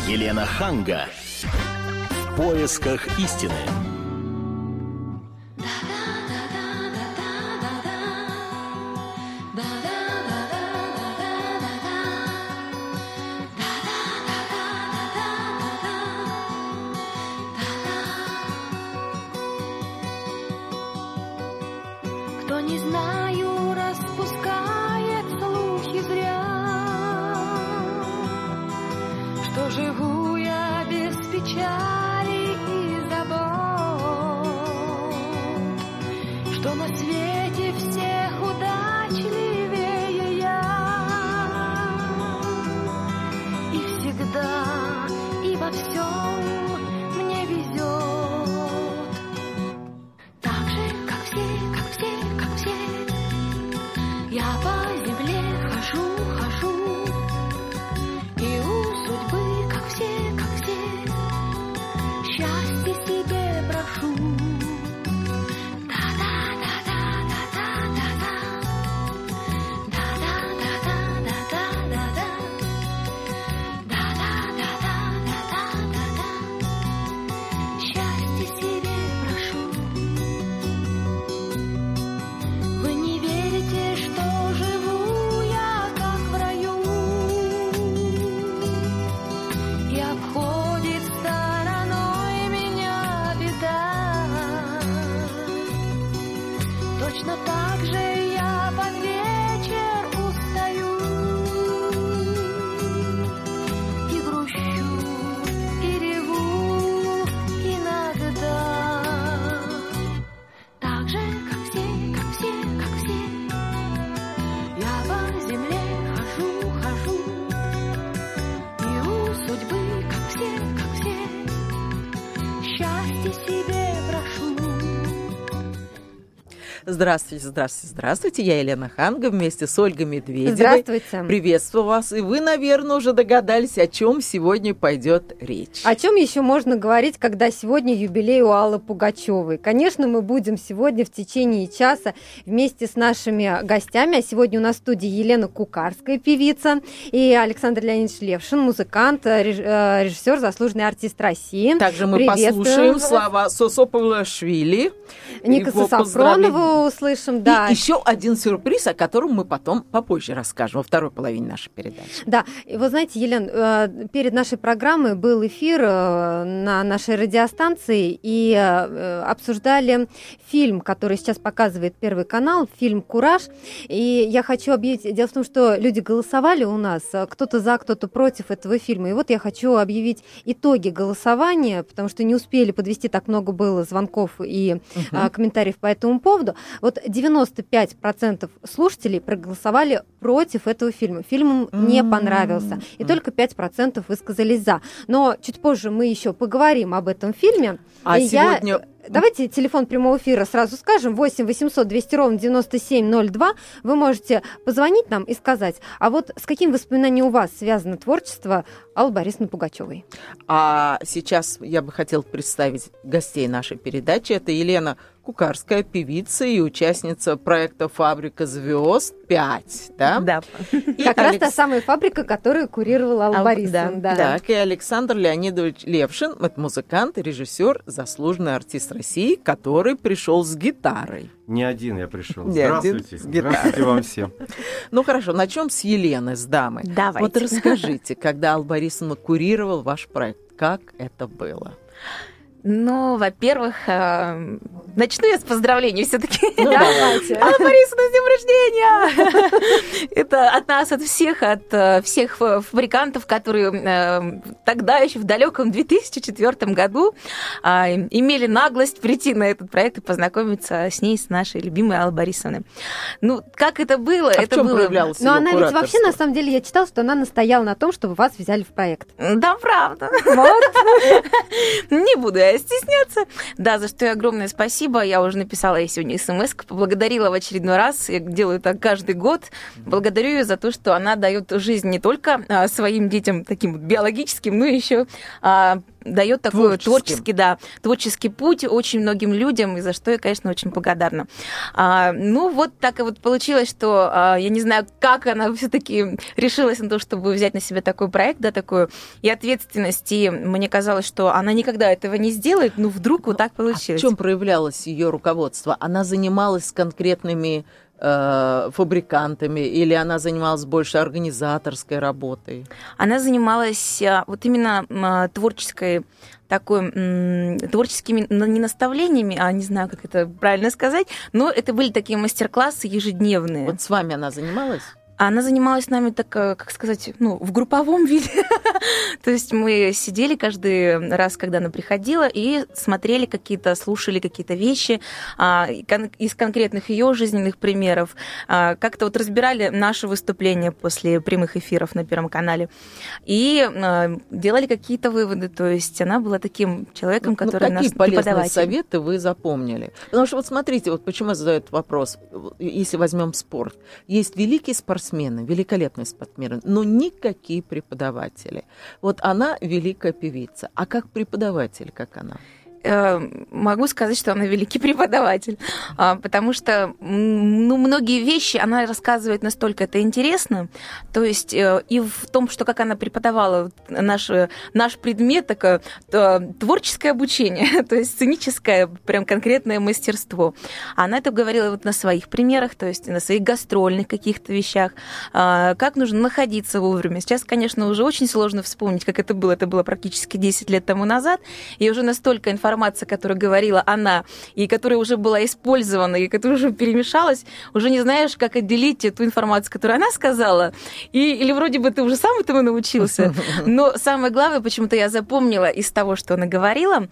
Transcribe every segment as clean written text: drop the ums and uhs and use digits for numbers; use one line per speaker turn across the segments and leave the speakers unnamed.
Елена Ханга. В поисках истины.
Кто, не знаю, распускает слухи зря, что живу я без печали и забот, что на свете всех удачливее я, и всегда, и во всем мне везет, так же, как все, как все, как все. Я по земле хожу, хожу, и у судьбы, как все, счастье себе прошу. Счастье себе прошу. Вы не верите, что живу я как в раю, и обходит стороной меня беда. Точно так же я под вечер устаю и грущу, и реву иногда. Так же, как все, как все, как все. Я по земле хожу, хожу, и у судьбы, как все, счастье себе прошу.
Здравствуйте, здравствуйте, здравствуйте. Я Елена Ханга вместе с Ольгой Медведевой.
Здравствуйте.
Приветствую вас. И вы, наверное, уже догадались, о чем сегодня пойдет речь.
О чем еще можно говорить, когда сегодня юбилей у Аллы Пугачевой? Конечно, мы будем сегодня в течение часа вместе с нашими гостями. А сегодня у нас в студии Елена Кукарская, певица, и Александр Леонидович Левшин, музыкант, режиссер, заслуженный артист России.
Также мы послушаем слова Сосо Павлашвили.
Никаса Сафронову услышим, да.
И еще один сюрприз, о котором мы потом попозже расскажем, во второй половине нашей передачи.
Да, и вы знаете, Елена, перед нашей программой был эфир на нашей радиостанции, и обсуждали фильм, который сейчас показывает Первый канал, фильм «Кураж». И я хочу объявить, дело в том, что люди голосовали у нас, кто-то за, кто-то против этого фильма. И вот я хочу объявить итоги голосования, потому что не успели подвести, так много было звонков и комментариев по этому поводу. Вот 95% слушателей проголосовали против этого фильма. Фильм им не понравился. И только 5% высказались за. Но чуть позже мы еще поговорим об этом фильме.
А сегодня...
Давайте телефон прямого эфира сразу скажем. 8 800 200 ровно 9702. Вы можете позвонить нам и сказать, а вот с каким воспоминанием у вас связано творчество Аллы Борисовны Пугачевой?
А сейчас я бы хотела представить гостей нашей передачи. Это Елена Кукарская, певица и участница проекта «Фабрика звезд 5», да?
Да. Как раз та самая фабрика, которую курировала Алла Борисовна. Да.
Так, и Александр Леонидович Левшин, это музыкант, режиссер, заслуженный артист России, который пришел с гитарой.
Не один я пришел.
Не
Здравствуйте.
один,
Здравствуйте вам всем.
Ну хорошо, начнем с Елены, с дамы.
Давайте.
Вот расскажите, когда Алла Борисовна курировала ваш проект, как это было?
Ну, во-первых, начну я с поздравлений все-таки.
Ну, давайте.
Алла Борисовна, с днем рождения! Это от нас, от всех фабрикантов, которые тогда еще в далеком 2004 году имели наглость прийти на этот проект и познакомиться с ней, с нашей любимой Аллой Борисовной. Ну, как это было?
А
это
в чем
было...
проявлялось её
Но она ведь
кураторство?
вообще, на самом деле, я читала, что она настояла на том, чтобы вас взяли в проект.
Да, правда.
Вот.
Не буду я стесняться. Да, за что и огромное спасибо. Я уже написала ей сегодня смс, поблагодарила в очередной раз. Я делаю это каждый год. Благодарю ее за то, что она дает жизнь не только своим детям, таким биологическим, но еще дает такой
Творческим.
творческий путь очень многим людям, и за что я, конечно, очень благодарна. Ну, вот так и вот получилось, что я не знаю, как она все-таки решилась на то, чтобы взять на себя такой проект, да, такую и ответственность, и мне казалось, что она никогда этого не сделает, но вдруг вот так получилось.
В чем проявлялось ее руководство? Она занималась конкретными фабрикантами, или она занималась больше организаторской работой?
Она занималась вот именно творческими не наставлениями, не знаю, как это правильно сказать, но это были такие мастер-классы ежедневные.
Вот с вами она занималась?
Она занималась с нами, так, как сказать, в групповом виде. То есть мы сидели каждый раз, когда она приходила, и смотрели слушали какие-то вещи из конкретных ее жизненных примеров. Как-то вот разбирали наши выступления после прямых эфиров на Первом канале. И делали какие-то выводы. То есть она была таким человеком, который наш
преподаватель. Какие полезные
преподаватель.
советы вы запомнили? Потому что вот смотрите, вот почему я задаю этот вопрос. Если возьмем спорт. Есть великие спортсмены, великолепные спортсмены, но никакие преподаватели. Вот она великая певица. А как преподаватель, как она?
Могу сказать, что она великий преподаватель, потому что многие вещи она рассказывает настолько это интересно, то есть и в том, что как она преподавала наш предмет, такое творческое обучение, то есть сценическое, прям конкретное мастерство. Она это говорила вот на своих примерах, то есть на своих гастрольных каких-то вещах, как нужно находиться вовремя. Сейчас, конечно, уже очень сложно вспомнить, как это было практически 10 лет тому назад, и уже настолько информация, которую говорила она, и которая уже была использована, и которая уже перемешалась, уже не знаешь, как отделить ту информацию, которую она сказала, или вроде бы ты уже сам этому научился. Но самое главное, почему-то я запомнила из того, что она говорила,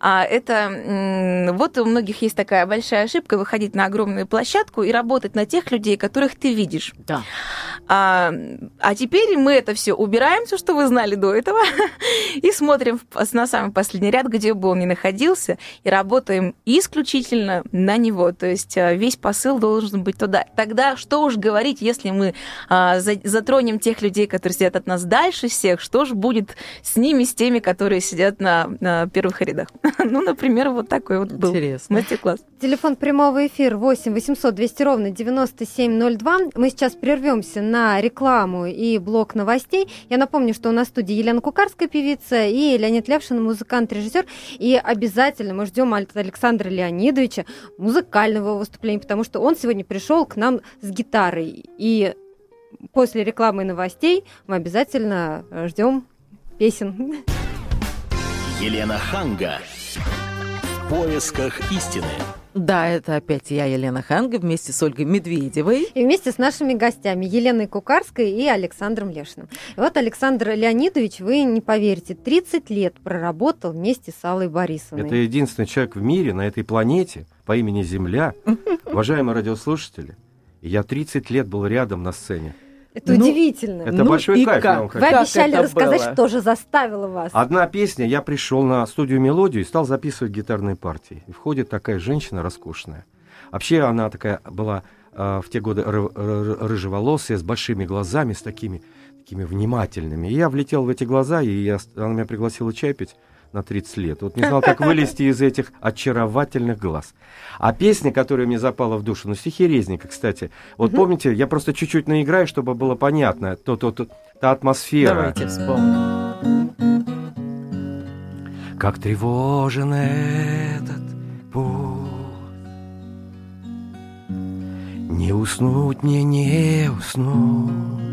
это вот у многих есть такая большая ошибка выходить на огромную площадку и работать на тех людей, которых ты видишь.
Да.
А теперь мы это все убираем, все, что вы знали до этого, и смотрим на самый последний ряд, где бы он ни находился, и работаем исключительно на него. То есть весь посыл должен быть туда. Тогда что уж говорить, если мы затронем тех людей, которые сидят от нас дальше всех, что же будет с ними, с теми, которые сидят на первых рядах? Ну, например, вот такой вот был мастер-класс.
Телефон прямого эфира 8 800 200 ровно 9702. Мы сейчас прервемся на рекламу и блок новостей. Я напомню, что у нас в студии Елена Кукарская, певица, и Леонид Левшин, музыкант-режиссер. И обязательно мы ждем от Александра Леонидовича музыкального выступления, потому что он сегодня пришел к нам с гитарой. И после рекламы и новостей мы обязательно ждем песен.
Елена Ханга. В поисках истины.
Да, это опять я, Елена Ханга, вместе с Ольгой Медведевой.
И вместе с нашими гостями Еленой Кукарской и Александром Лешиным. И вот, Александр Леонидович, вы не поверите, 30 лет проработал вместе с Аллой Борисовной.
Это единственный человек в мире, на этой планете, по имени Земля. Уважаемые радиослушатели, я 30 лет был рядом на сцене.
Это удивительно.
Это большой кайф, я вам
Вы
хочу.
обещали рассказать, что же заставило вас.
Одна песня, я пришел на студию «Мелодию» и стал записывать гитарные партии. И входит такая женщина роскошная. Вообще она такая была в те годы рыжеволосая, с большими глазами, с такими внимательными. И я влетел в эти глаза, и она меня пригласила чай пить на 30 лет. Вот не знал, как вылезти из этих очаровательных глаз. А песня, которая мне запала в душу, стихи Резника, кстати. Вот помните, я просто чуть-чуть наиграю, чтобы было понятно, та атмосфера.
Давайте вспомним.
Как тревожен этот путь, не уснуть мне, не уснуть.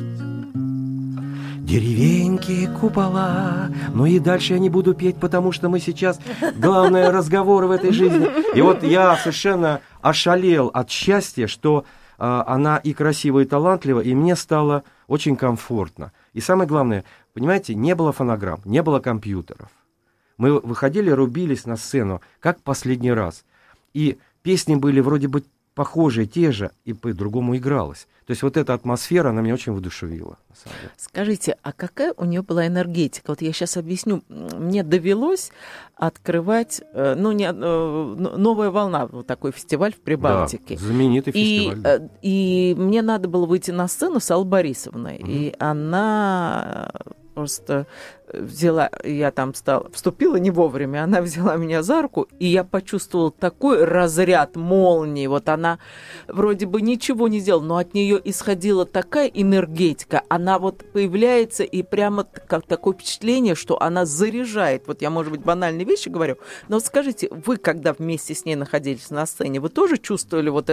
Деревеньки, купола. Ну и дальше я не буду петь, потому что мы сейчас... Главное, разговоры в этой жизни. И вот я совершенно ошалел от счастья, что она и красива, и талантлива, и мне стало очень комфортно. И самое главное, понимаете, не было фонограмм, не было компьютеров. Мы выходили, рубились на сцену, как последний раз. И песни были вроде бы похожие, те же, и по-другому игралось. То есть вот эта атмосфера, она меня очень воодушевила.
Скажите, а какая у нее была энергетика? Вот я сейчас объясню. Мне довелось открывать, «Новая волна», вот такой фестиваль в Прибалтике.
Да, знаменитый фестиваль.
И мне надо было выйти на сцену с Аллой Борисовной, и она просто взяла, я там вступила не вовремя, она взяла меня за руку, и я почувствовала такой разряд молнии. Вот она вроде бы ничего не сделала, но от нее исходила такая энергетика. Она вот появляется, и прямо как такое впечатление, что она заряжает. Вот я, может быть, банальные вещи говорю, но вот скажите, вы, когда вместе с ней находились на сцене, вы тоже чувствовали вот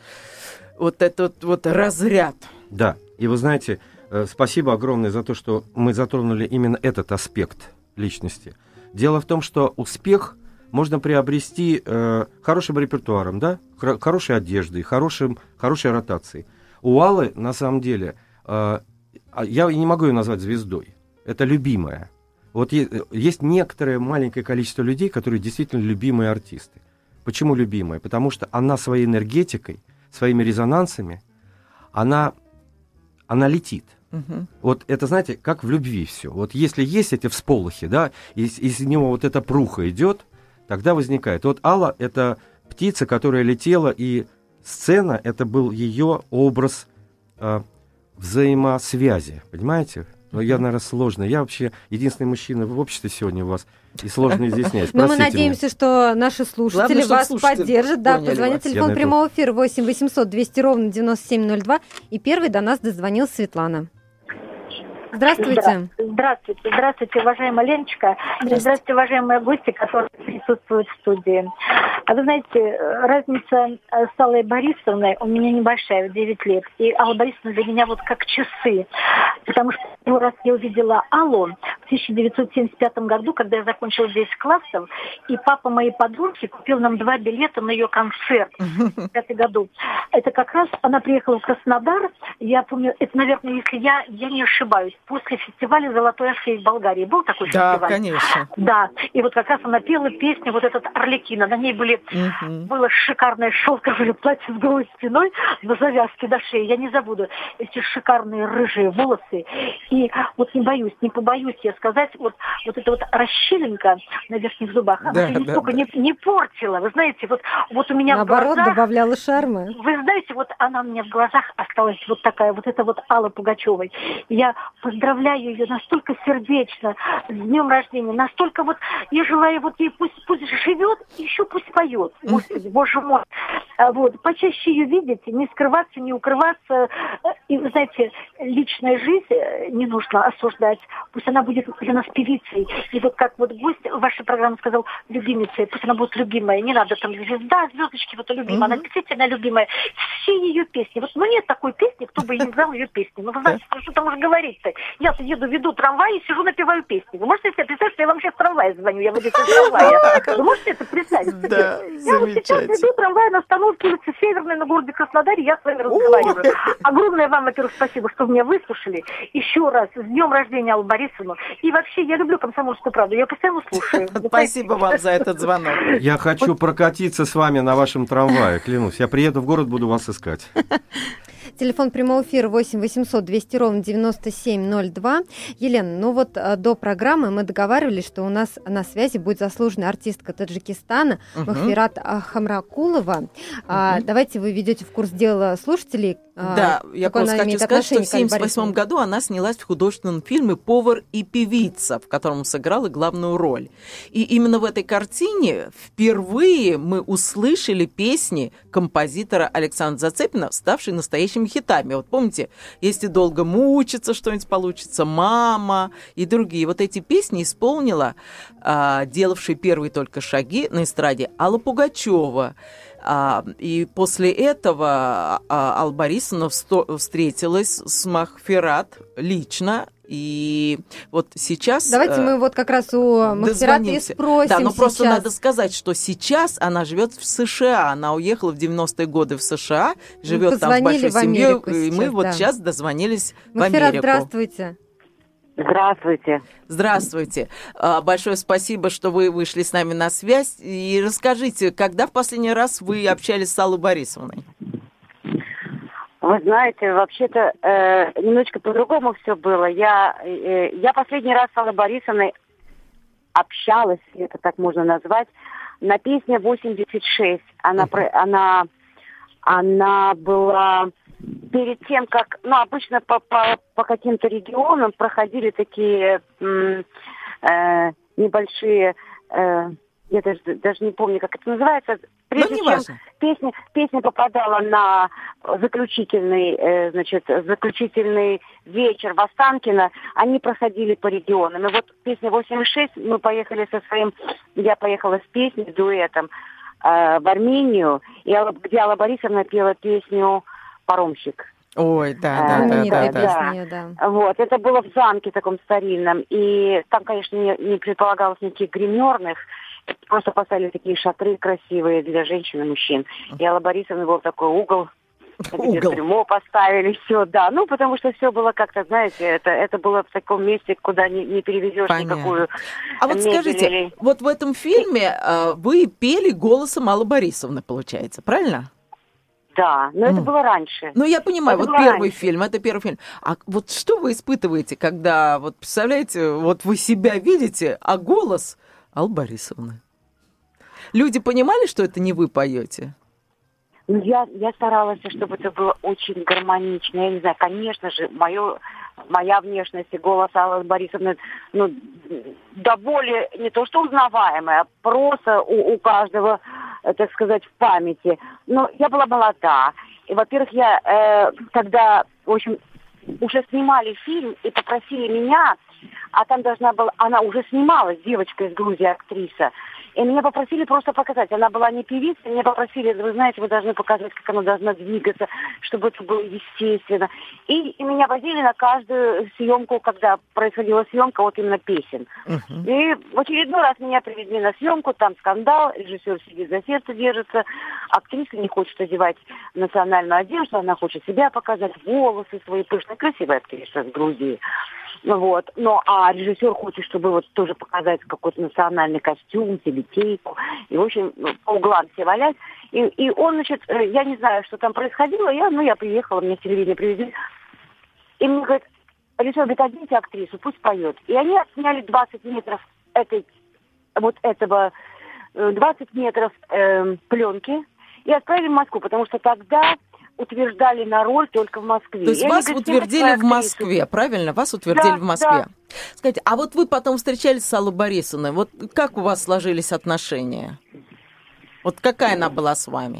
этот разряд? Да,
и вы знаете, спасибо огромное за то, что мы затронули именно этот аспект личности. Дело в том, что успех можно приобрести хорошим репертуаром, да? Хорошей одеждой, хорошей ротацией. У Аллы, на самом деле, я не могу ее назвать звездой, это любимая. Вот есть некоторое маленькое количество людей, которые действительно любимые артисты. Почему любимые? Потому что она своей энергетикой, своими резонансами, она летит. Угу. Вот это, знаете, как в любви все. Вот если есть эти всполохи, да, из него вот эта пруха идет, тогда возникает. Вот Алла — это птица, которая летела, и сцена — это был ее образ взаимосвязи, понимаете? Но я, наверное, сложный. Я вообще единственный мужчина в обществе сегодня у вас, и сложно изъяснять.
Но мы надеемся, что наши слушатели вас поддержат. Да, позвонят. Телефон прямого эфира 8 800 200 ровно 9702. И первой до нас дозвонилась Светлана. Здравствуйте.
Здравствуйте, уважаемая Леночка. Здравствуйте, уважаемые гости, которые присутствуют в студии. А вы знаете, разница с Аллой Борисовной у меня небольшая, в 9 лет. И Алла Борисовна для меня вот как часы. Потому что первый раз я увидела Аллу в 1975 году, когда я закончила 10 классов, и папа моей подружки купил нам 2 билета на ее концерт в 1975 году. Это как раз она приехала в Краснодар. Я помню, это, наверное, если я не ошибаюсь, после фестиваля «Золотой Орфей» в Болгарии. Был такой фестиваль?
Да, конечно.
Да, и вот как раз она пела песню вот этот «Арлекино». На ней было шикарное шелковое платье с голой спиной на завязке до шеи. Я не забуду эти шикарные рыжие волосы. И вот не побоюсь я сказать, вот эта вот расщелинка на верхних зубах, она нисколько не портила. Вы знаете, вот у меня
наоборот,
в глазах...
добавляла шарма.
Вы знаете, вот она у меня в глазах осталась вот такая, вот эта вот Алла Пугачёва. Я поздравляю ее настолько сердечно с днем рождения, настолько вот я желаю вот ей пусть живет, еще пусть поет. Господи, боже мой. Вот, почаще ее видеть, не скрываться, не укрываться. И, вы знаете, личная жизнь не нужно осуждать. Пусть она будет для нас певицей. И вот как вот гость в вашей программе сказал, любимицей, пусть она будет любимая. Не надо там звезда, звездочки, вот любимая. Она действительно любимая. Все ее песни. Вот нет такой песни, кто бы не знал ее песни. Ну, вы знаете, что там уже говорить-то? Я-то веду трамвай и сижу, напеваю песни. Вы можете себе представить, что я вам сейчас в трамвае звоню? Я водитель трамвая. Вы можете это представить?
Да,
я вот сейчас веду трамвай на остановке улицы Северной на городе Краснодаре, я с вами разговариваю. Огромное вам, во-первых, спасибо, что меня выслушали. Еще раз, с днем рождения, Аллу Борисовну. И вообще, я люблю «Комсомольскую правду», я постоянно слушаю.
Спасибо вам за этот звонок.
Я хочу прокатиться с вами на вашем трамвае, клянусь. Я приеду в город, буду вас искать.
Телефон прямого эфира 8 800 200 ровно 9702. Елена, ну вот до программы мы договаривались, что у нас на связи будет заслуженная артистка Таджикистана Махфират Хамракулова. Давайте вы ведете в курс дела слушателей.
Да, я просто хочу сказать, что в 1978 году она снялась в художественном фильме «Повар и певица», в котором сыграла главную роль. И именно в этой картине впервые мы услышали песни композитора Александра Зацепина, ставшие настоящими хитами. Вот помните, «Если долго мучиться, что-нибудь получится», «Мама» и другие. Вот эти песни исполнила делавшая первые только шаги на эстраде Алла Пугачёва. И после этого Алла Борисовна встретилась с Махфират лично. И вот сейчас...
Давайте мы вот как раз у Махфират и спросим.
Да, но просто надо сказать, что сейчас она живет в США. Она уехала в 90-е годы в США, живет там с большой семьей. И мы вот сейчас дозвонились в Америку.
Махфират, здравствуйте.
Здравствуйте.
Здравствуйте. Большое спасибо, что вы вышли с нами на связь. И расскажите, когда в последний раз вы общались с Аллой Борисовной?
Вы знаете, вообще-то немножечко по-другому все было. Я последний раз с Аллой Борисовной общалась, это так можно назвать, на песне 86. Она была перед тем, как, ну, обычно по каким-то регионам проходили такие небольшие, я даже не помню, как это называется. Прежде чем песня попадала на заключительный вечер в Останкино, они проходили по регионам. И вот песня 86, я поехала с песней, дуэтом в Армению, где Алла Борисовна пела песню «Паромщик».
Ой, да.
Вот, это было в замке таком старинном, и там, конечно, не предполагалось никаких гримерных, просто поставили такие шатры красивые для женщин и мужчин. И Алла Борисовна был такой угол, где трюмо поставили, все, да. Ну, потому что все было как-то, знаете, это было в таком месте, куда не перевезешь никакую.
А вот скажите, вот в этом фильме вы пели голосом Аллы Борисовны, получается, правильно?
Да, но это было раньше.
Ну, я понимаю, это первый фильм. А вот что вы испытываете, когда, вот представляете, вот вы себя видите, а голос Аллы Борисовны? Люди понимали, что это не вы поете?
Ну, я старалась, чтобы это было очень гармонично. Я не знаю, конечно же, моя внешность и голос Аллы Борисовны, ну, до боли не то что узнаваемая, а просто у каждого, так сказать, в памяти. Но я была молода. И, во-первых, когда, в общем, уже снимали фильм и попросили меня, а там она уже снималась, девочка из Грузии, актриса, и меня попросили просто показать. Она была не певица, меня попросили, вы знаете, вы должны показать, как она должна двигаться, чтобы это было естественно. И меня возили на каждую съемку, когда происходила съемка, вот именно песен. И в очередной раз меня привезли на съемку, там скандал, режиссер сидит за сердце, держится, актриса не хочет одевать национальную одежду, она хочет себя показать, волосы свои пышные, красивая актриса из Грузии. Вот. А режиссер хочет, чтобы вот тоже показать какой-то национальный костюм, тибетейку. И, в общем, по углам все валять. И он, значит, я не знаю, что там происходило. Я приехала, меня в телевидение привезли. И мне говорят, режиссер говорит, оденьте актрису, пусть поет. И они отсняли 20 метров 20 метров пленки и отправили в Москву, потому что тогда утверждали на роль только в Москве.
То есть вас утвердили в Москве, правильно? Вас утвердили в Москве. Да. Скажите, а вот вы потом встречались с Аллой Борисовной. Вот как у вас сложились отношения? Вот какая она была с вами?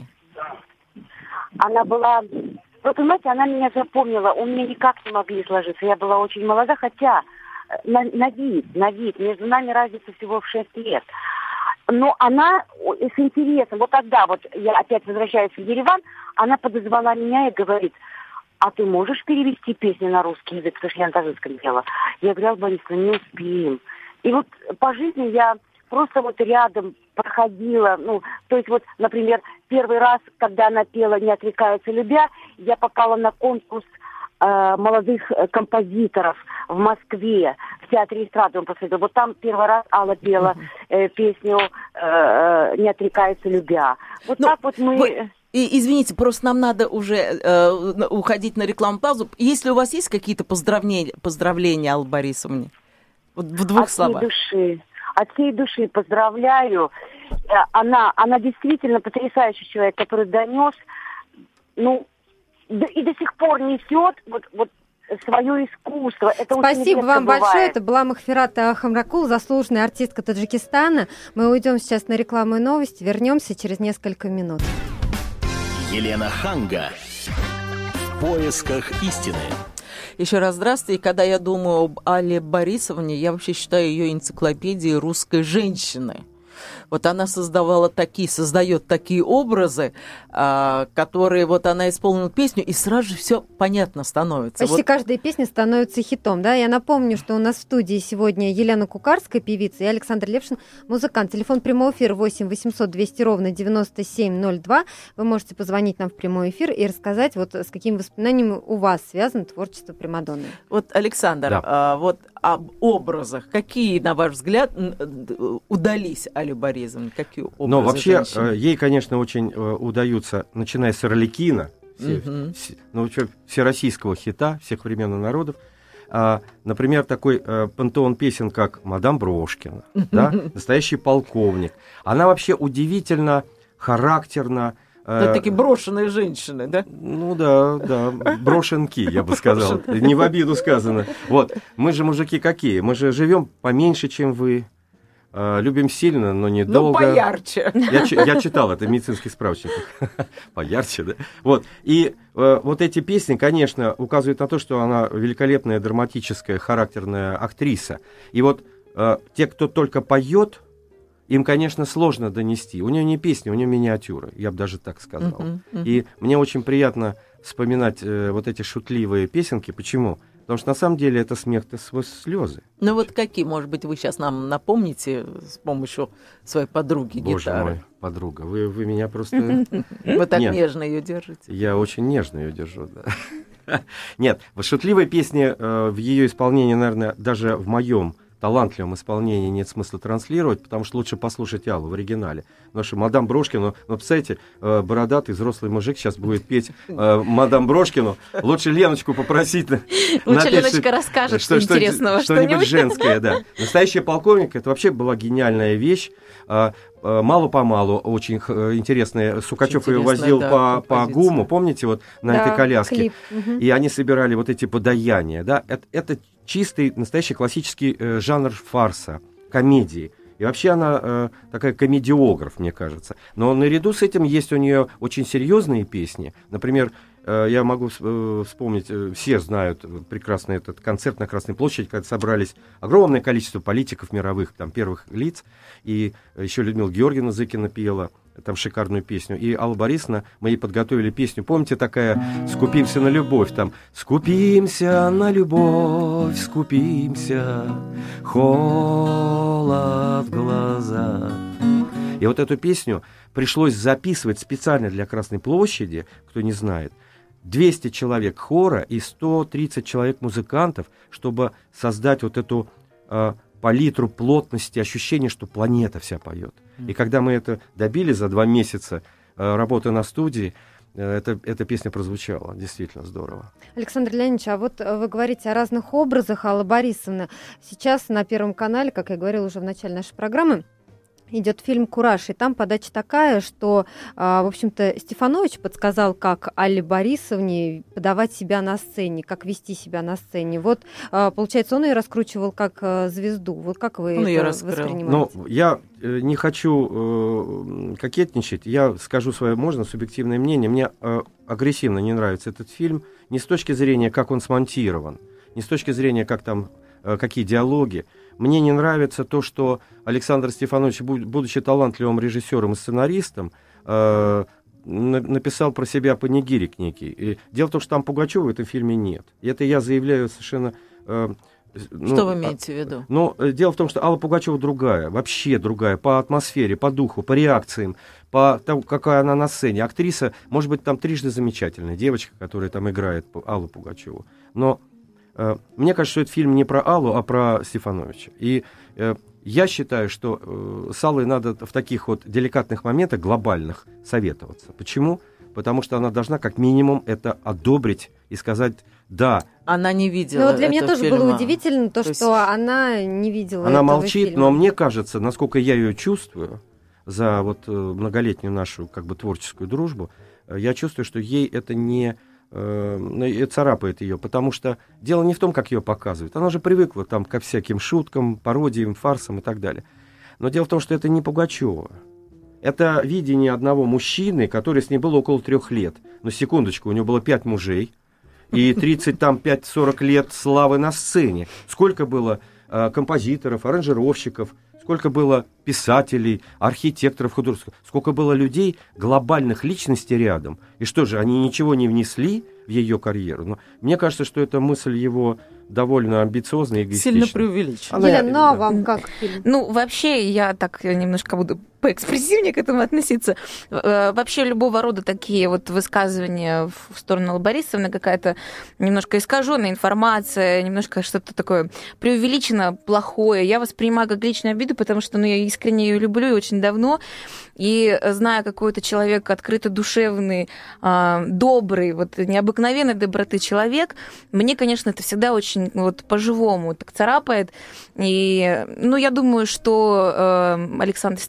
Она была... Вы понимаете, она меня запомнила. У меня никак не могли сложиться. Я была очень молода, хотя на вид. Между нами разница всего в 6 лет. Но она с интересом, вот тогда, вот я опять возвращаюсь в Ереван, она подозвала меня и говорит, а ты можешь перевести песню на русский язык, потому что я на таджикском пела. Я говорю, Алла Борисовна, не успеем. И вот по жизни я просто вот рядом проходила, ну, то есть вот, например, первый раз, когда она пела «Не отрекаются любя», я попала на конкурс молодых композиторов в Москве, в театре эстрады он проходил. Вот там первый раз Алла пела песню «Не отрекаются любя». Вот так вот мы...
Извините, просто нам надо уже уходить на рекламную паузу. Если у вас есть какие-то поздравления Алле Борисовне? Вот в двух словах.
От всей души поздравляю. Она действительно потрясающий человек, который донес, ну, и до сих пор несет вот свое искусство. Это
спасибо вам большое. Это была Махфират Хамракул, заслуженная артистка Таджикистана. Мы уйдем сейчас на рекламу и новости. Вернемся через несколько минут.
Елена Ханга. В поисках истины.
Еще раз здравствуйте. И когда я думаю об Алле Борисовне, я вообще считаю ее энциклопедией русской женщины. Вот она создает такие образы, которые вот она исполнила песню, и сразу же все понятно становится.
Почти каждая песня становится хитом, да? Я напомню, что у нас в студии сегодня Елена Кукарская, певица, и Александр Левшин, музыкант. Телефон прямого эфира 8 800 200 ровно 9702. Вы можете позвонить нам в прямой эфир и рассказать, вот с какими воспоминаниями у вас связано творчество Примадонны.
Вот, Александр, вот об образах. Какие, на ваш взгляд, удались Алле Борисовне? Какие образы?
Но вообще,
женщины?
Ей, конечно, очень удаются, начиная с Арлекина, всероссийского хита всех времен и народов. Например, такой пантеон песен, как «Мадам Брошкина», да? «Настоящий полковник». Она вообще удивительно характерна,
Это такие брошенные женщины, да?
Ну да, брошенки, я бы сказал. Не в обиду сказано. Вот, мы же мужики какие? Мы же живем поменьше, чем вы. Любим сильно, но недолго.
Ну, поярче.
Я читал это в медицинских справочниках. Поярче, да? Вот. И вот эти песни, конечно, указывают на то, что она великолепная, драматическая, характерная актриса. И вот те, кто только поет, им, конечно, сложно донести. У нее не песни, у нее миниатюры, я бы даже так сказал. И мне очень приятно вспоминать вот эти шутливые песенки. Почему? Потому что на самом деле это смех-то слезы.
Ну вот какие, может быть, вы сейчас нам напомните с помощью своей подруги гитары?
Боже мой, подруга, вы меня просто...
Вы так нежно ее держите.
Я очень нежно ее держу, да. Нет, шутливые песни в ее исполнении, наверное, даже в моем талантливом исполнении нет смысла транслировать, потому что лучше послушать Аллу в оригинале. Потому что мадам Брошкину, представляете, бородатый взрослый мужик сейчас будет петь мадам Брошкину. Лучше Леночку попросить.
Лучше Леночка расскажет интересного
что-нибудь женское, да. «Настоящий полковник» — это вообще была гениальная вещь. Мало-помалу очень интересная. Сукачев ее возил по ГУМу, помните, вот на этой коляске. И они собирали вот эти подаяния. Да? Это чистый, настоящий классический жанр фарса, комедии. И вообще она такая комедиограф, мне кажется. Но наряду с этим есть у нее очень серьезные песни. Например, я могу вспомнить, все знают прекрасно этот концерт на Красной площади, когда собрались огромное количество политиков мировых, там, первых лиц, и еще Людмила Георгиевна Зыкина пела там шикарную песню, и Алла Борисовна, мы ей подготовили песню, помните, такая «Скупимся на любовь», там «Скупимся на любовь, скупимся, холод в глазах». И вот эту песню пришлось записывать специально для Красной площади, кто не знает, 200 человек хора и 130 человек музыкантов, чтобы создать вот эту палитру плотности, ощущение, что планета вся поет. И когда мы это добили за 2 месяца работы на студии, эта песня прозвучала. Действительно здорово.
Александр Леонидович, а вот вы говорите о разных образах Аллы Борисовны. Сейчас на Первом канале, как я говорила уже в начале нашей программы, идет фильм «Кураж», и там подача такая, что, в общем-то, Стефанович подсказал, как Алле Борисовне подавать себя на сцене, как вести себя на сцене. Вот, получается, он ее раскручивал как звезду. Вот как вы это воспринимаете?
Ну, я не хочу кокетничать. Я скажу свое, можно, субъективное мнение. Мне агрессивно не нравится этот фильм не с точки зрения, как он смонтирован, не с точки зрения, как там, какие диалоги. Мне не нравится то, что Александр Стефанович, будучи талантливым режиссером и сценаристом, написал про себя панигирик некий. И дело в том, что там Пугачева в этом фильме нет. И это я заявляю совершенно...
Что вы имеете в виду?
Ну, дело в том, что Алла Пугачева другая, вообще другая, по атмосфере, по духу, по реакциям, по тому, какая она на сцене. Актриса, может быть, там трижды замечательная девочка, которая там играет Аллу Пугачеву. Но мне кажется, что этот фильм не про Аллу, а про Стефановича. И я считаю, что с Аллой надо в таких вот деликатных моментах, глобальных, советоваться. Почему? Потому что она должна как минимум это одобрить и сказать «да».
Она не видела.
Ну, вот для меня тоже фильма. Было удивительно то, что она не видела
Она
этого
молчит,
фильма.
Но мне кажется, насколько я ее чувствую, за вот многолетнюю нашу как бы творческую дружбу, я чувствую, что ей это не... царапает ее, потому что дело не в том, как ее показывают. Она же привыкла там ко всяким шуткам, пародиям, фарсам и так далее. Но дело в том, что это не Пугачева. Это видение одного мужчины, который с ней был около 3 лет. Но секундочку, у него было 5 мужей и 35-40 лет славы на сцене. Сколько было композиторов, аранжировщиков, сколько было писателей, архитекторов, художников, сколько было людей, глобальных личностей рядом. И что же, они ничего не внесли в ее карьеру? Но мне кажется, что эта мысль его довольно амбициозная и эгоистичная.
Сильно преувеличена.
Елена, вам как фильм?
Ну, вообще, я так немножко буду поэкспрессивнее к этому относиться. Вообще, любого рода такие вот высказывания в сторону Аллы Борисовны, какая-то немножко искаженная информация, немножко что-то такое преувеличенно плохое, я воспринимаю как личную обиду, потому что я искренне ее люблю и очень давно. И зная какой-то человек открыто душевный, добрый, вот необыкновенной доброты человек, мне, конечно, это всегда очень вот по-живому так царапает. И, ну, я думаю, что Александр Стефанович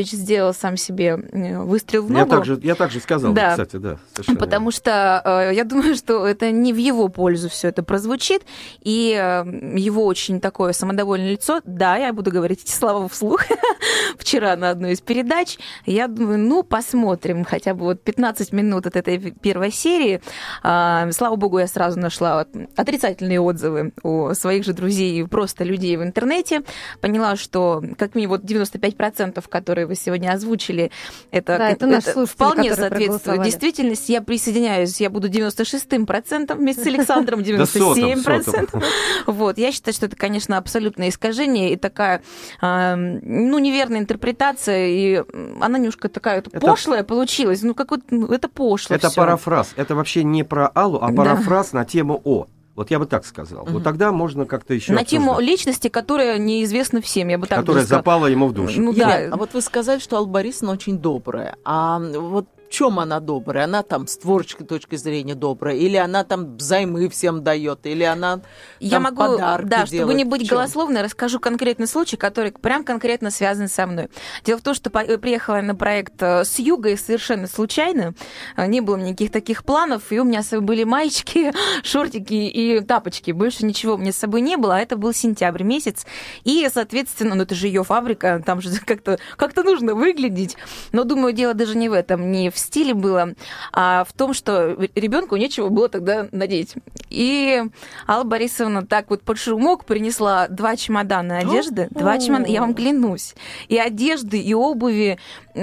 Борисович сделал сам себе выстрел в ногу.
Я также сказал,
да.
Кстати, да. Совершенно
Потому что я думаю, что это не в его пользу все это прозвучит, и его очень такое самодовольное лицо. Да, я буду говорить эти слова вслух вчера на одной из передач. Я думаю, посмотрим хотя бы 15 минут от этой первой серии. Слава богу, я сразу нашла отрицательные отзывы у своих же друзей и просто людей в интернете. Поняла, что как минимум 95%, которые вы сегодня озвучили, это вполне соответствует действительности. Я присоединяюсь, я буду 96% вместе с Александром, 97%. Я считаю, что это, конечно, абсолютное искажение и такая, неверная интерпретация, и она немножко такая пошлая получилась. Это пошло.
Это
всё.
парафраз. Это вообще не про Аллу, а парафраз на тему «О». Вот я бы так сказал. Вот тогда можно как-то еще
на тему личности, которая неизвестна всем, я бы так
которая запала ему в душу.
А вот вы сказали, что Алла Борисовна очень добрая. А вот в чем она добрая? Она там с творческой точки зрения добрая? Или она там взаймы всем дает? Или она
я могу,
подарки делает?
Чтобы не быть голословной, расскажу конкретный случай, который прям конкретно связан со мной. Дело в том, что приехала я на проект с юга и совершенно случайно. Не было никаких таких планов, и у меня с собой были маечки, шортики и тапочки. Больше ничего у меня с собой не было, а это был сентябрь месяц. И, соответственно, это же ее фабрика, там же как-то нужно выглядеть. Но, думаю, дело даже не в этом, не в стиле было, а в том, что ребенку нечего было тогда надеть. И Алла Борисовна так под шумок принесла 2 чемодана одежды, 2 чемодана, я вам клянусь, и одежды, и обуви,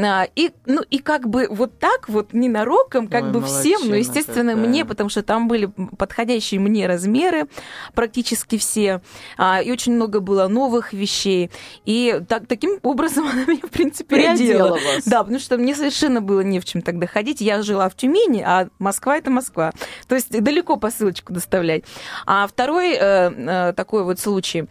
и как бы так ненароком, как бы всем, но, естественно, мне, потому что там были подходящие мне размеры, практически все, и очень много было новых вещей, и таким образом она меня, в принципе, приодела. Да, потому что мне совершенно было не в чем тогда ходить. Я жила в Тюмени, а Москва — это Москва. То есть далеко посылочку доставлять. А второй такой случай,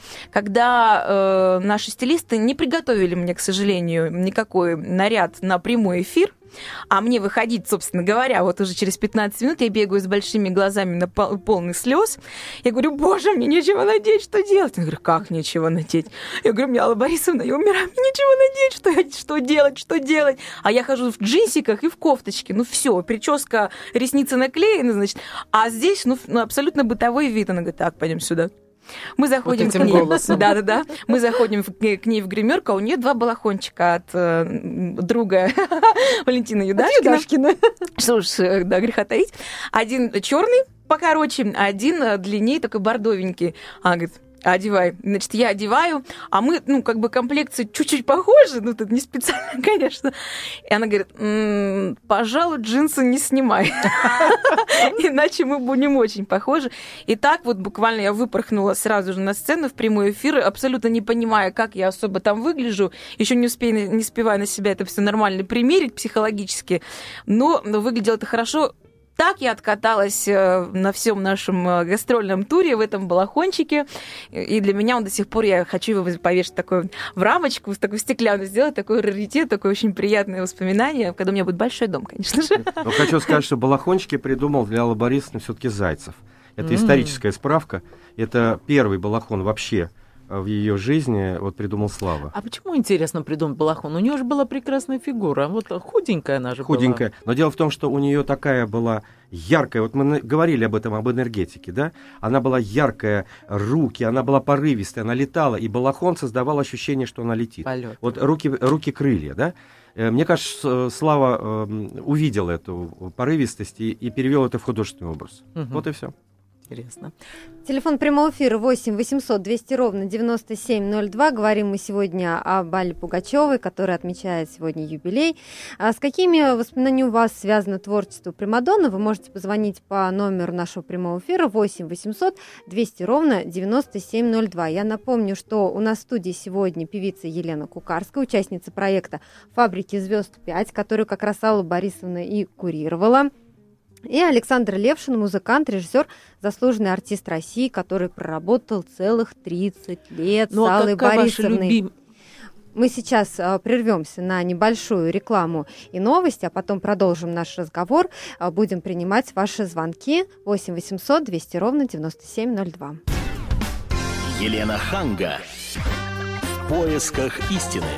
когда наши стилисты не приготовили мне, к сожалению, никакой наряд на прямой эфир, а мне выходить, собственно говоря, уже через 15 минут я бегаю с большими глазами полных слез. Я говорю: боже, мне нечего надеть, что делать? Я говорю: как нечего надеть? Я говорю: мне Алла Борисовна, я умираю, мне нечего надеть, что делать? А я хожу в джинсиках и в кофточке. Все, прическа, ресницы наклеены, значит. А здесь, абсолютно бытовой вид. Она говорит: так, пойдем сюда. Мы заходим к ней.
Голосом.
Да. Мы заходим к ней в гримерку, а у нее 2 балахончика от друга Валентины Юдашкина. Что ж, греха таить. Один черный покороче, а один длиннее, такой бордовенький. Она говорит: одевай. Значит, я одеваю, а мы, комплекции чуть-чуть похожи, тут не специально, конечно. И она говорит: пожалуй, джинсы не снимай, иначе мы будем очень похожи. И так буквально я выпорхнула сразу же на сцену в прямой эфир, абсолютно не понимая, как я особо там выгляжу, еще не успевая на себя это все нормально примерить психологически, но выглядело это хорошо. Так я откаталась на всем нашем гастрольном туре в этом балахончике. И для меня он до сих пор, я хочу его повешать такой в рамочку, такую стеклянную, сделать такой раритет, такое очень приятное воспоминание, когда у меня будет большой дом, конечно же.
Но хочу сказать, что балахончики придумал для Аллы Борисовны все-таки Зайцев. Это историческая справка. Это первый балахон вообще в ее жизни придумал Слава.
А почему, интересно, придумал балахон? У нее же была прекрасная фигура. Худенькая она же
худенькая.
была.
Но дело в том, что у нее такая была яркая, мы говорили об этом, об энергетике, да? Она была яркая, руки, она была порывистая, она летала, и балахон создавал ощущение, что она летит.
Полет.
Руки крылья, да? Мне кажется, Слава увидел эту порывистость и перевел это в художественный образ. Вот и все.
Интересно.
Телефон прямого эфира 8 800 200 ровно 9702. Говорим мы сегодня об Алле Пугачевой, которая отмечает сегодня юбилей. А с какими воспоминаниями у вас связано творчество Примадонны? Вы можете позвонить по номеру нашего прямого эфира 8 800 200 ровно 9702. Я напомню, что у нас в студии сегодня певица Елена Кукарская, участница проекта «Фабрики звезд 5», которую как раз Алла Борисовна и курировала. И Александр Левшин, музыкант, режиссер, заслуженный артист России, который проработал целых 30 лет с Аллой Борисовной. Мы сейчас прервемся на небольшую рекламу и новости, а потом продолжим наш разговор. Будем принимать ваши звонки 8 800 200 ровно 9702.
Елена Ханга. В поисках истины.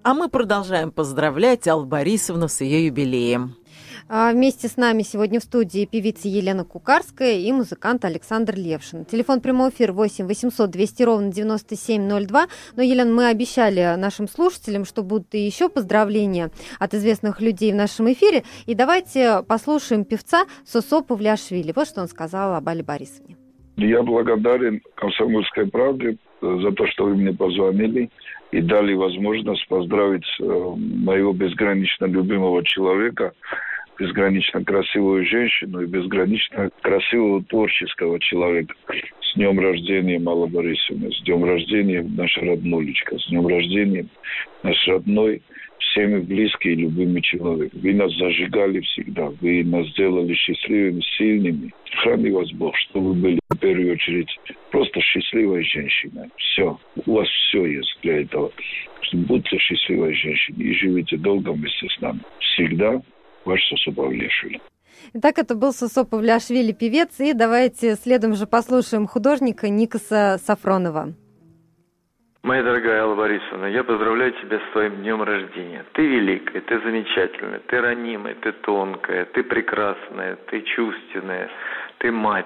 А мы продолжаем поздравлять Аллу Борисовну с ее юбилеем.
Вместе с нами сегодня в студии певица Елена Кукарская и музыкант Александр Левшин. Телефон прямой эфир 8 800 200 ровно 9702. Но, Елена, мы обещали нашим слушателям, что будут и еще поздравления от известных людей в нашем эфире. И давайте послушаем певца Сосо Павлиашвили. Вот что он сказал об Алле Борисовне.
Я благодарен «Комсомольской правде» за то, что вы мне позвонили и дали возможность поздравить моего безгранично любимого человека, безгранично красивую женщину и безгранично красивого творческого человека. С днем рождения, Алла Борисовна, с днем рождения, наша роднулечка, с днем рождения, наш родной, всеми близкий и любимый человек. Вы нас зажигали всегда, вы нас сделали счастливыми, сильными. Храни вас Бог, чтобы вы были в первую очередь просто счастливой женщиной. Все, у вас все есть для этого. Будьте счастливой женщиной и живите долго вместе с нами. Всегда ваш Сосо Павлиашвили.
Итак, это был Сосо Павлиашвили, певец. И давайте следом же послушаем художника Никоса Сафронова.
Моя дорогая Алла Борисовна, я поздравляю тебя с твоим днем рождения. Ты великая, ты замечательная, ты ранимая, ты тонкая, ты прекрасная, ты чувственная, ты мать,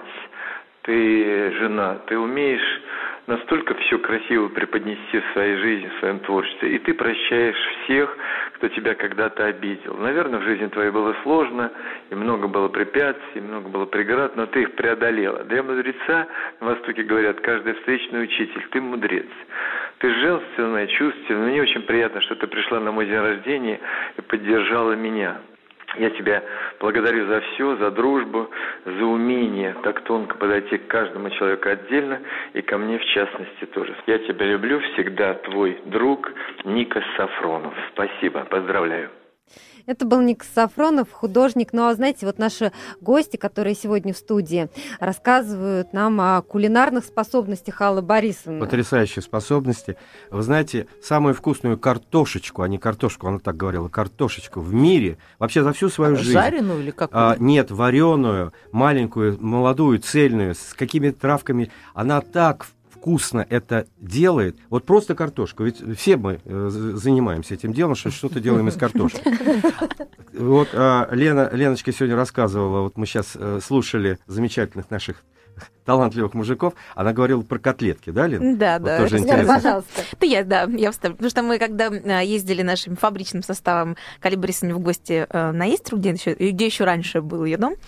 ты жена. Ты умеешь настолько все красиво преподнести в своей жизни, в своем творчестве. И ты прощаешь всех, кто тебя когда-то обидел. Наверное, в жизни твоей было сложно, и много было препятствий, много было преград, но ты их преодолела. Для мудреца, на Востоке говорят, каждый встречный учитель, ты мудрец. Ты женственная, чувственная. Мне очень приятно, что ты пришла на мой день рождения и поддержала меня. Я тебя благодарю за все, за дружбу, за умение так тонко подойти к каждому человеку отдельно и ко мне в частности тоже. Я тебя люблю, всегда твой друг Никос Сафронов. Спасибо, поздравляю.
Это был Никос Сафронов, художник. Ну, а знаете, вот наши гости, которые сегодня в студии, рассказывают нам о кулинарных способностях Аллы Борисовны.
Потрясающие способности. Вы знаете, самую вкусную картошечку, а не картошку, она так говорила, картошечку в мире, вообще за всю свою жизнь.
Жареную или какую?
Нет, вареную, маленькую, молодую, цельную, с какими-то травками. Она так вкусно это делает. Вот просто картошку. Ведь все мы занимаемся этим делом, что-то делаем из картошки. Вот Леночка сегодня рассказывала, вот мы сейчас слушали замечательных наших талантливых мужиков, она говорила про котлетки, да, Лен?
Да,
вот
да.
тоже интересно. Пожалуйста.
Я вставлю. Потому что мы, когда ездили нашим фабричным составом к Алле Борисовне в гости на Истру, где еще раньше был ее дом,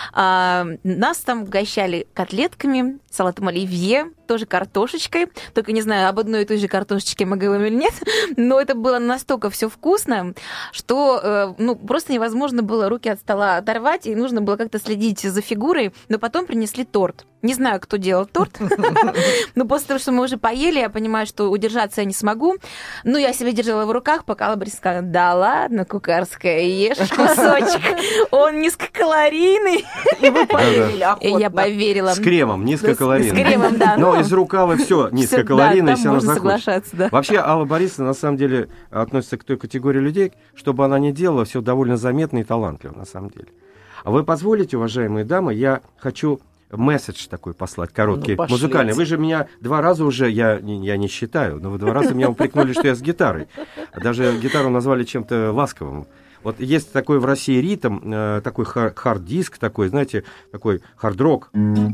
нас там угощали котлетками, салатом оливье, тоже картошечкой. Только не знаю, об одной и той же картошечке мы говорим или нет, но это было настолько все вкусно, что просто невозможно было руки от стола оторвать, и нужно было как-то следить за фигурой, но потом принесли торт. Не знаю, кто делал торт, но после того, что мы уже поели, я понимаю, что удержаться я не смогу. Ну, я себя держала в руках, пока Алла Борисовна сказала: да ладно, Кукарская, ешь кусочек, он низкокалорийный.
И вы поверили охотно.
Я поверила.
С кремом, низкокалорийным.
С кремом, да.
Но из рукава все низкокалорийное, если она захочет.
Соглашаться, да.
Вообще, Алла Борисовна, на самом деле, относится к той категории людей, чтобы она не делала, все довольно заметно и талантливо, на самом деле. А вы позволите, уважаемые дамы, я хочу месседж такой послать, короткий, музыкальный. Вы же меня 2 раза уже, я не считаю, но вы 2 раза меня упрекнули, что я с гитарой. Даже гитару назвали чем-то ласковым. Вот есть такой в России ритм, такой хард-диск, такой, знаете, такой хард-рок.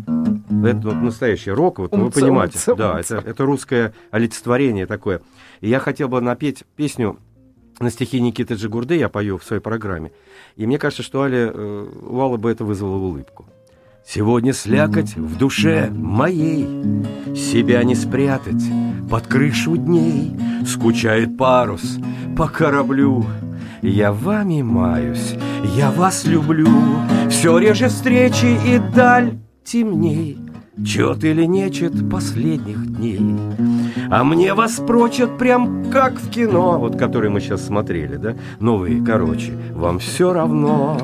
Это вот настоящий рок, вот, вы понимаете. Да, это русское олицетворение такое. И я хотел бы напеть песню на стихи Никиты Джигурды, я пою в своей программе. И мне кажется, что у Аллы бы это вызвало улыбку. Сегодня слякоть в душе моей, себя не спрятать под крышу дней. Скучает парус по кораблю, я вами маюсь, я вас люблю. Все реже встречи и даль темней, чет или нечет последних дней. А мне вас прочат прям как в кино, вот который мы сейчас смотрели, да? Новые, короче, вам все равно.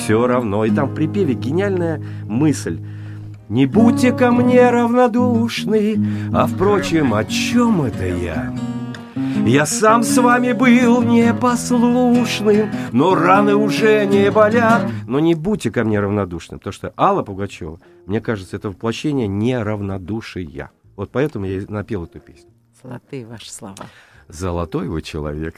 И там в припеве гениальная мысль. Не будьте ко мне равнодушны, а впрочем, о чем это я? Я сам с вами был непослушным, но раны уже не болят. Но не будьте ко мне равнодушны, потому что Алла Пугачева, мне кажется, это воплощение неравнодушия. Вот поэтому я и напел эту песню.
Золотые ваши слова.
Золотой вы человек.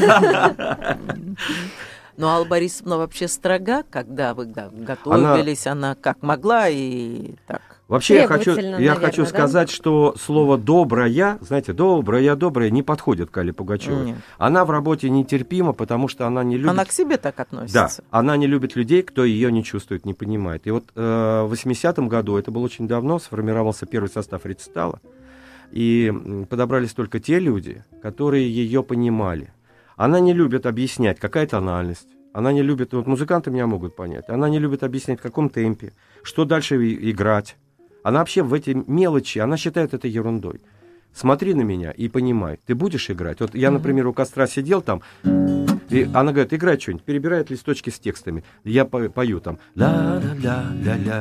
Ну, Алла Борисовна вообще строга, когда вы готовились, она как могла и так.
Вообще я хочу сказать, что слово «добрая», знаете, «добрая» не подходит к Алле Пугачевой.
Нет.
Она в работе нетерпима, потому что она не любит...
Она к себе так относится.
Да, она не любит людей, кто ее не чувствует, не понимает. И вот в 80-м году, это было очень давно, сформировался первый состав «Рецитала», и подобрались только те люди, которые ее понимали. Она не любит объяснять, какая тональность. Она не любит, вот музыканты меня могут понять, она не любит объяснять, в каком темпе, что дальше играть. Она вообще в эти мелочи, она считает это ерундой. Смотри на меня и понимай, ты будешь играть. Вот я, например, у костра сидел там, и она говорит, играй что-нибудь, перебирает листочки с текстами. Я пою там ла-ла-ла-ла-ла,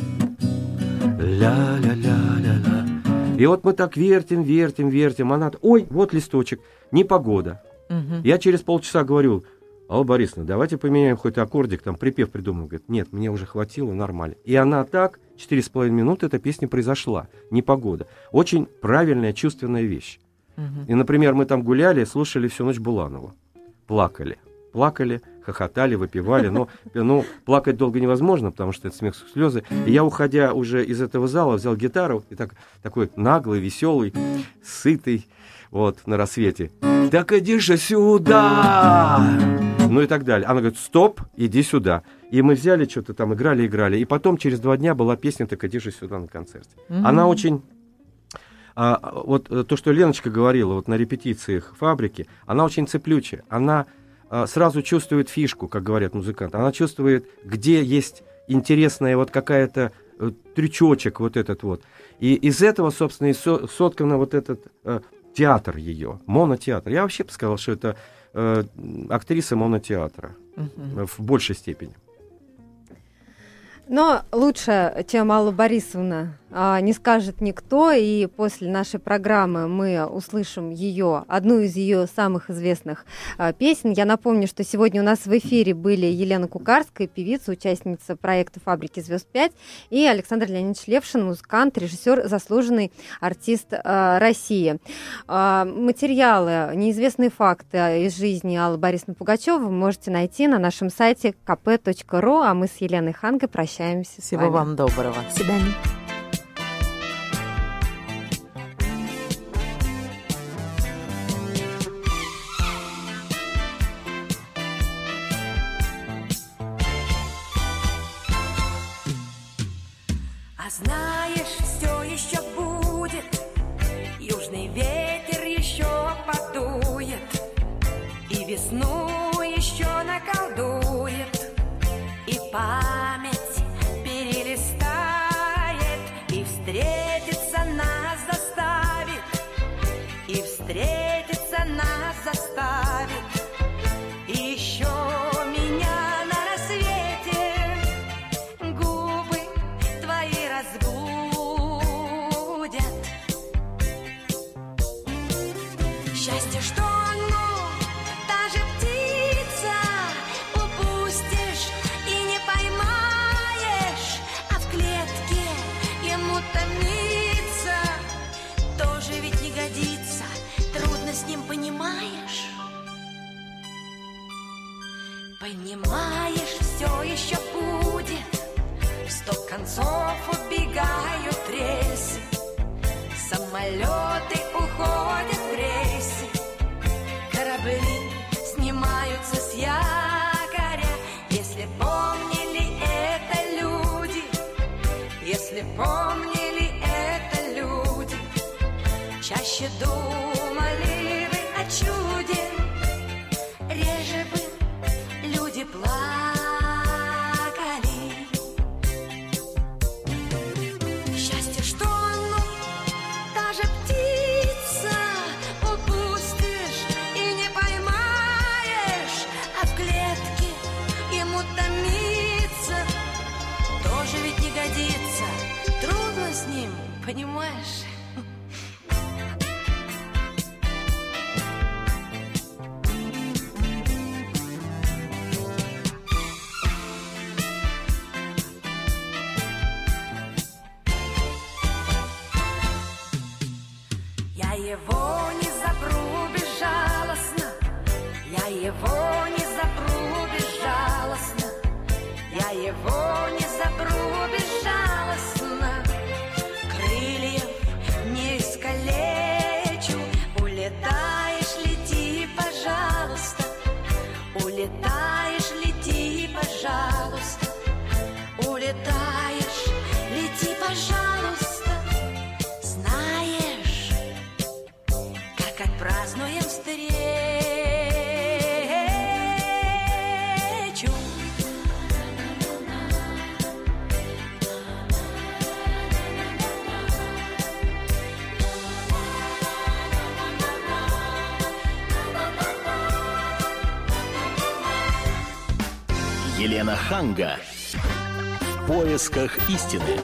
ла-ла-ла-ла-ла. И вот мы так вертим, она, ой, вот листочек, непогода. Я через полчаса говорю, Алла Борисовна, давайте поменяем хоть аккордик, там припев придумаем. Говорит, нет, мне уже хватило, нормально. И она так, 4,5 минуты эта песня произошла, непогода. Очень правильная, чувственная вещь. И, например, мы там гуляли, слушали всю ночь Буланову. Плакали, хохотали, выпивали, но плакать долго невозможно, потому что это смех, слезы. И я, уходя уже из этого зала, взял гитару и такой наглый, веселый, сытый, вот, на рассвете. Так иди же сюда! Ну и так далее. Она говорит, стоп, иди сюда. И мы взяли, что-то там играли. И потом через 2 дня была песня «Так иди же сюда» на концерте. Она очень... вот то, что Леночка говорила вот на репетициях «Фабрики», она очень цеплючая. Она сразу чувствует фишку, как говорят музыканты. Она чувствует, где есть интересная вот какая-то трючочек вот этот вот. И из этого, собственно, и соткан вот этот театр ее, монотеатр. Я вообще бы сказал, что это актриса монотеатра в большей степени.
Но лучше, чем Алла Борисовна, не скажет никто, и после нашей программы мы услышим одну из ее самых известных песен. Я напомню, что сегодня у нас в эфире были Елена Кукарская, певица, участница проекта «Фабрики звезд 5», и Александр Леонидович Левшин, музыкант, режиссер, заслуженный артист России. Материалы, неизвестные факты из жизни Аллы Борисовны Пугачевой вы можете найти на нашем сайте kp.ru, а мы с Еленой Хангой прощаемся.
Всего вам доброго.
До свидания.
Знаешь, все еще будет, южный ветер еще подует, и весну еще наколдует, и память перелистает, и встретиться нас заставит, и встретиться нас заставит, и еще меня на рассвете губы твои разбудят. Счастье, что оно, та же птица, упустишь и не поймаешь, а в клетке ему томиться тоже ведь не годится, трудно с ним, понимаешь? Понимаешь, все еще будет, в 100 концов убегают рельсы, самолеты уходят в рейсы, корабли снимаются с якоря. Если помнили это люди, если помнили это люди, чаще думали бы о чуде, реже бы люди плакали. Счастье, что оно, та же птица, Улетаешь, лети, пожалуйста. Улетаешь, лети, пожалуйста. Знаешь, как отпразднуем встречу.
Елена Ханга. В поисках истины.